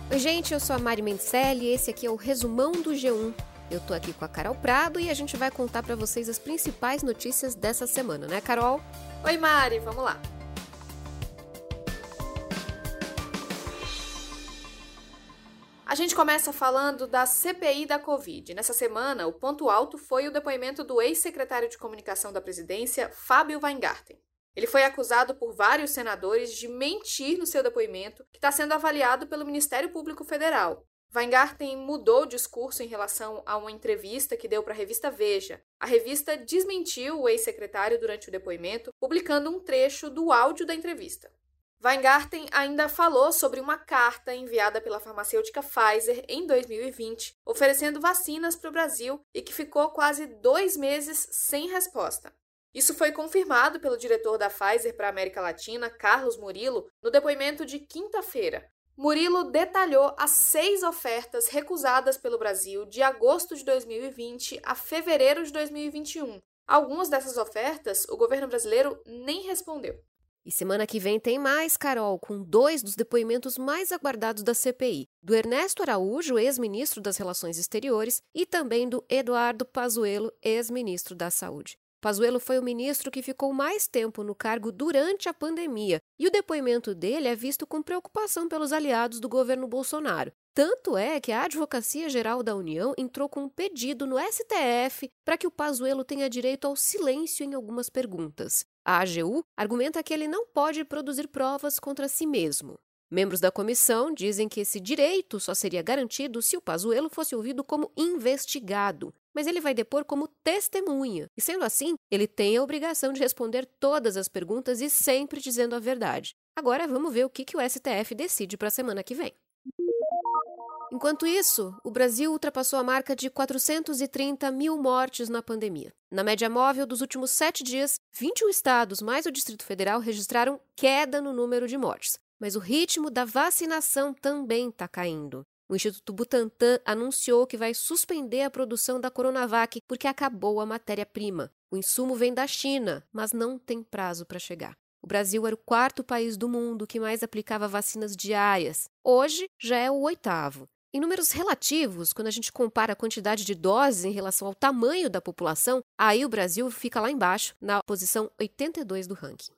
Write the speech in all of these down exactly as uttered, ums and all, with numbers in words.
Oi gente, eu sou a Mari Mencelli e esse aqui é o Resumão do G um. Eu tô aqui com a Carol Prado e a gente vai contar pra vocês as principais notícias dessa semana, né, Carol? Oi Mari, vamos lá. A gente começa falando da C P I da Covid. Nessa semana, o ponto alto foi o depoimento do ex-secretário de Comunicação da Presidência, Fábio Weingarten. Ele foi acusado por vários senadores de mentir no seu depoimento, que está sendo avaliado pelo Ministério Público Federal. Weingarten mudou o discurso em relação a uma entrevista que deu para a revista Veja. A revista desmentiu o ex-secretário durante o depoimento, publicando um trecho do áudio da entrevista. Weingarten ainda falou sobre uma carta enviada pela farmacêutica Pfizer em dois mil e vinte, oferecendo vacinas para o Brasil e que ficou quase dois meses sem resposta. Isso foi confirmado pelo diretor da Pfizer para a América Latina, Carlos Murilo, no depoimento de quinta-feira. Murilo detalhou as seis ofertas recusadas pelo Brasil de agosto de dois mil e vinte a fevereiro de dois mil e vinte e um. Algumas dessas ofertas, o governo brasileiro nem respondeu. E semana que vem tem mais, Carol, com dois dos depoimentos mais aguardados da C P I, do Ernesto Araújo, ex-ministro das Relações Exteriores, e também do Eduardo Pazuello, ex-ministro da Saúde. Pazuello foi o ministro que ficou mais tempo no cargo durante a pandemia, e o depoimento dele é visto com preocupação pelos aliados do governo Bolsonaro. Tanto é que a Advocacia Geral da União entrou com um pedido no S T F para que o Pazuello tenha direito ao silêncio em algumas perguntas. A A G U argumenta que ele não pode produzir provas contra si mesmo. Membros da comissão dizem que esse direito só seria garantido se o Pazuello fosse ouvido como investigado, mas ele vai depor como testemunha. E sendo assim, ele tem a obrigação de responder todas as perguntas e sempre dizendo a verdade. Agora vamos ver o que, que o S T F decide para a semana que vem. Enquanto isso, o Brasil ultrapassou a marca de quatrocentos e trinta mil mortes na pandemia. Na média móvel dos últimos sete dias, vinte e um estados mais o Distrito Federal registraram queda no número de mortes. Mas o ritmo da vacinação também está caindo. O Instituto Butantan anunciou que vai suspender a produção da Coronavac porque acabou a matéria-prima. O insumo vem da China, mas não tem prazo para chegar. O Brasil era o quarto país do mundo que mais aplicava vacinas diárias. Hoje já é o oitavo. Em números relativos, quando a gente compara a quantidade de doses em relação ao tamanho da população, aí o Brasil fica lá embaixo, na posição oitenta e dois do ranking.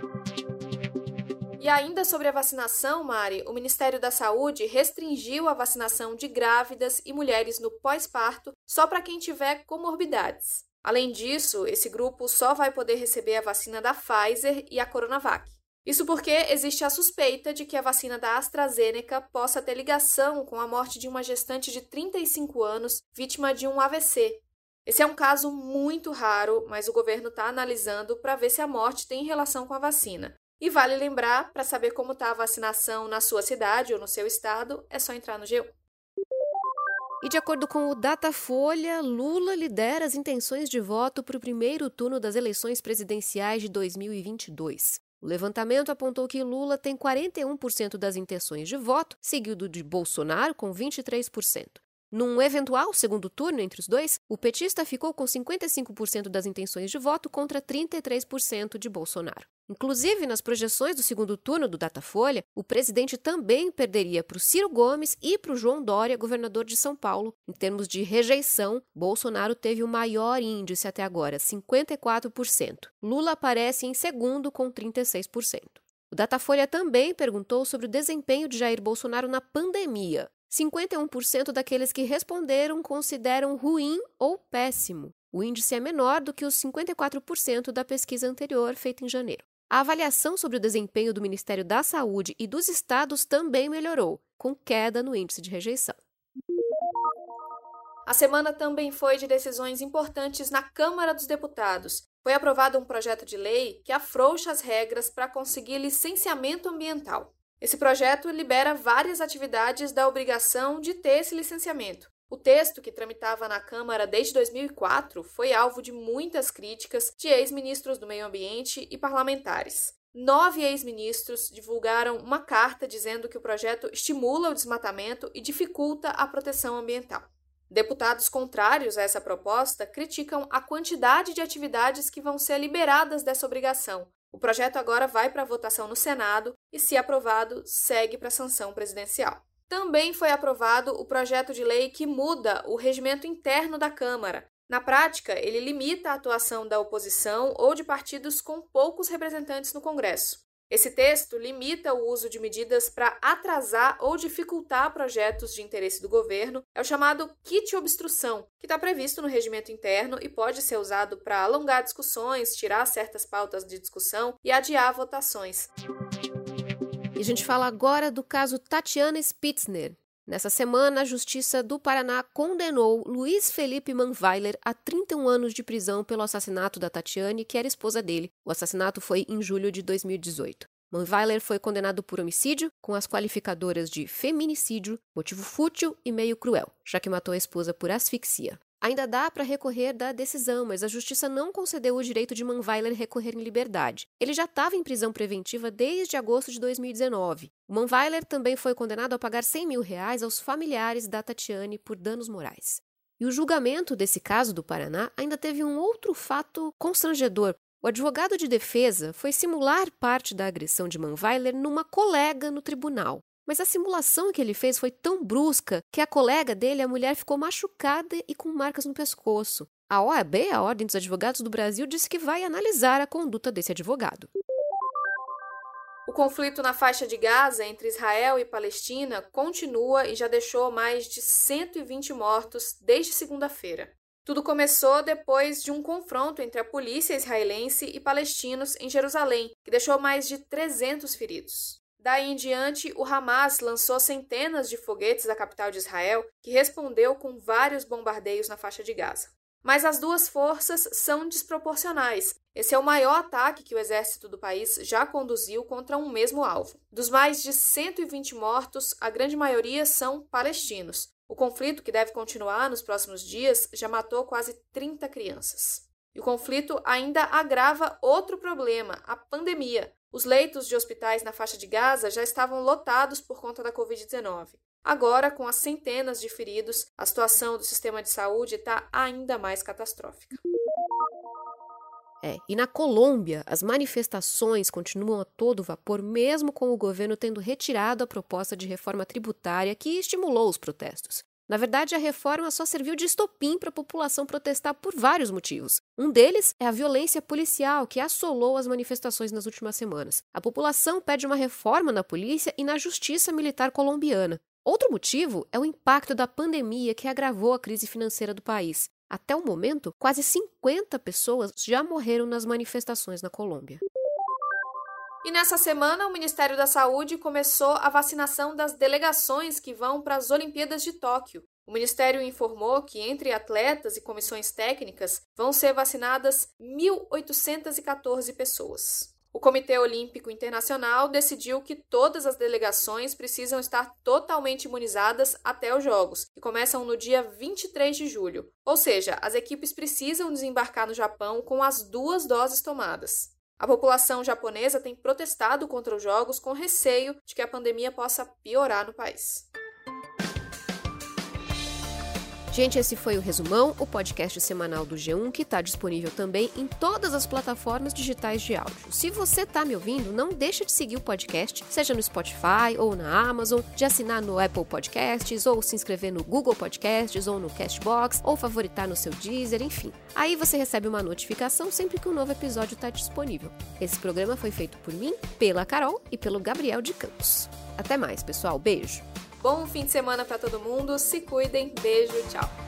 E ainda sobre a vacinação, Mari, o Ministério da Saúde restringiu a vacinação de grávidas e mulheres no pós-parto só para quem tiver comorbidades. Além disso, esse grupo só vai poder receber a vacina da Pfizer e a Coronavac. Isso porque existe a suspeita de que a vacina da AstraZeneca possa ter ligação com a morte de uma gestante de trinta e cinco anos, vítima de um A V C. Esse é um caso muito raro, mas o governo está analisando para ver se a morte tem relação com a vacina. E vale lembrar, para saber como está a vacinação na sua cidade ou no seu estado, é só entrar no G um. E de acordo com o Datafolha, Lula lidera as intenções de voto para o primeiro turno das eleições presidenciais de dois mil e vinte e dois. O levantamento apontou que Lula tem quarenta e um por cento das intenções de voto, seguido de Bolsonaro com vinte e três por cento. Num eventual segundo turno entre os dois, o petista ficou com cinquenta e cinco por cento das intenções de voto contra trinta e três por cento de Bolsonaro. Inclusive, nas projeções do segundo turno do Datafolha, o presidente também perderia para o Ciro Gomes e para o João Dória, governador de São Paulo. Em termos de rejeição, Bolsonaro teve o maior índice até agora, cinquenta e quatro por cento. Lula aparece em segundo com trinta e seis por cento. O Datafolha também perguntou sobre o desempenho de Jair Bolsonaro na pandemia. cinquenta e um por cento daqueles que responderam consideram ruim ou péssimo. O índice é menor do que os cinquenta e quatro por cento da pesquisa anterior, feita em janeiro. A avaliação sobre o desempenho do Ministério da Saúde e dos estados também melhorou, com queda no índice de rejeição. A semana também foi de decisões importantes na Câmara dos Deputados. Foi aprovado um projeto de lei que afrouxa as regras para conseguir licenciamento ambiental. Esse projeto libera várias atividades da obrigação de ter esse licenciamento. O texto, que tramitava na Câmara desde dois mil e quatro, foi alvo de muitas críticas de ex-ministros do Meio Ambiente e parlamentares. Nove ex-ministros divulgaram uma carta dizendo que o projeto estimula o desmatamento e dificulta a proteção ambiental. Deputados contrários a essa proposta criticam a quantidade de atividades que vão ser liberadas dessa obrigação. O projeto agora vai para a votação no Senado e, se aprovado, segue para a sanção presidencial. Também foi aprovado o projeto de lei que muda o regimento interno da Câmara. Na prática, ele limita a atuação da oposição ou de partidos com poucos representantes no Congresso. Esse texto limita o uso de medidas para atrasar ou dificultar projetos de interesse do governo. É o chamado kit obstrução, que está previsto no regimento interno e pode ser usado para alongar discussões, tirar certas pautas de discussão e adiar votações. E a gente fala agora do caso Tatiana Spitzner. Nessa semana, a Justiça do Paraná condenou Luiz Felipe Manweiler a trinta e um anos de prisão pelo assassinato da Tatiane, que era esposa dele. O assassinato foi em julho de dois mil e dezoito. Manweiler foi condenado por homicídio, com as qualificadoras de feminicídio, motivo fútil e meio cruel, já que matou a esposa por asfixia. Ainda dá para recorrer da decisão, mas a Justiça não concedeu o direito de Manweiler recorrer em liberdade. Ele já estava em prisão preventiva desde agosto de dois mil e dezenove. O Manweiler também foi condenado a pagar cem mil reais aos familiares da Tatiane por danos morais. E o julgamento desse caso do Paraná ainda teve um outro fato constrangedor. O advogado de defesa foi simular parte da agressão de Manweiler numa colega no tribunal. Mas a simulação que ele fez foi tão brusca que a colega dele, a mulher, ficou machucada e com marcas no pescoço. A O A B, a Ordem dos Advogados do Brasil, disse que vai analisar a conduta desse advogado. O conflito na faixa de Gaza entre Israel e Palestina continua e já deixou mais de cento e vinte mortos desde segunda-feira. Tudo começou depois de um confronto entre a polícia israelense e palestinos em Jerusalém, que deixou mais de trezentos feridos. Daí em diante, o Hamas lançou centenas de foguetes da capital de Israel, que respondeu com vários bombardeios na faixa de Gaza. Mas as duas forças são desproporcionais. Esse é o maior ataque que o exército do país já conduziu contra um mesmo alvo. Dos mais de cento e vinte mortos, a grande maioria são palestinos. O conflito, que deve continuar nos próximos dias, já matou quase trinta crianças. E o conflito ainda agrava outro problema, a pandemia. Os leitos de hospitais na faixa de Gaza já estavam lotados por conta da covid dezenove. Agora, com as centenas de feridos, a situação do sistema de saúde está ainda mais catastrófica. É, e na Colômbia, as manifestações continuam a todo vapor, mesmo com o governo tendo retirado a proposta de reforma tributária que estimulou os protestos. Na verdade, a reforma só serviu de estopim para a população protestar por vários motivos. Um deles é a violência policial que assolou as manifestações nas últimas semanas. A população pede uma reforma na polícia e na justiça militar colombiana. Outro motivo é o impacto da pandemia que agravou a crise financeira do país. Até o momento, quase cinquenta pessoas já morreram nas manifestações na Colômbia. E nessa semana, o Ministério da Saúde começou a vacinação das delegações que vão para as Olimpíadas de Tóquio. O Ministério informou que, entre atletas e comissões técnicas, vão ser vacinadas mil oitocentas e quatorze pessoas. O Comitê Olímpico Internacional decidiu que todas as delegações precisam estar totalmente imunizadas até os Jogos, que começam no dia vinte e três de julho. Ou seja, as equipes precisam desembarcar no Japão com as duas doses tomadas. A população japonesa tem protestado contra os Jogos com receio de que a pandemia possa piorar no país. Gente, esse foi o Resumão, o podcast semanal do G um, que está disponível também em todas as plataformas digitais de áudio. Se você está me ouvindo, não deixa de seguir o podcast, seja no Spotify ou na Amazon, de assinar no Apple Podcasts, ou se inscrever no Google Podcasts, ou no Castbox, ou favoritar no seu Deezer, enfim. Aí você recebe uma notificação sempre que um novo episódio está disponível. Esse programa foi feito por mim, pela Carol e pelo Gabriel de Campos. Até mais, pessoal. Beijo! Bom fim de semana para todo mundo, se cuidem, beijo, tchau!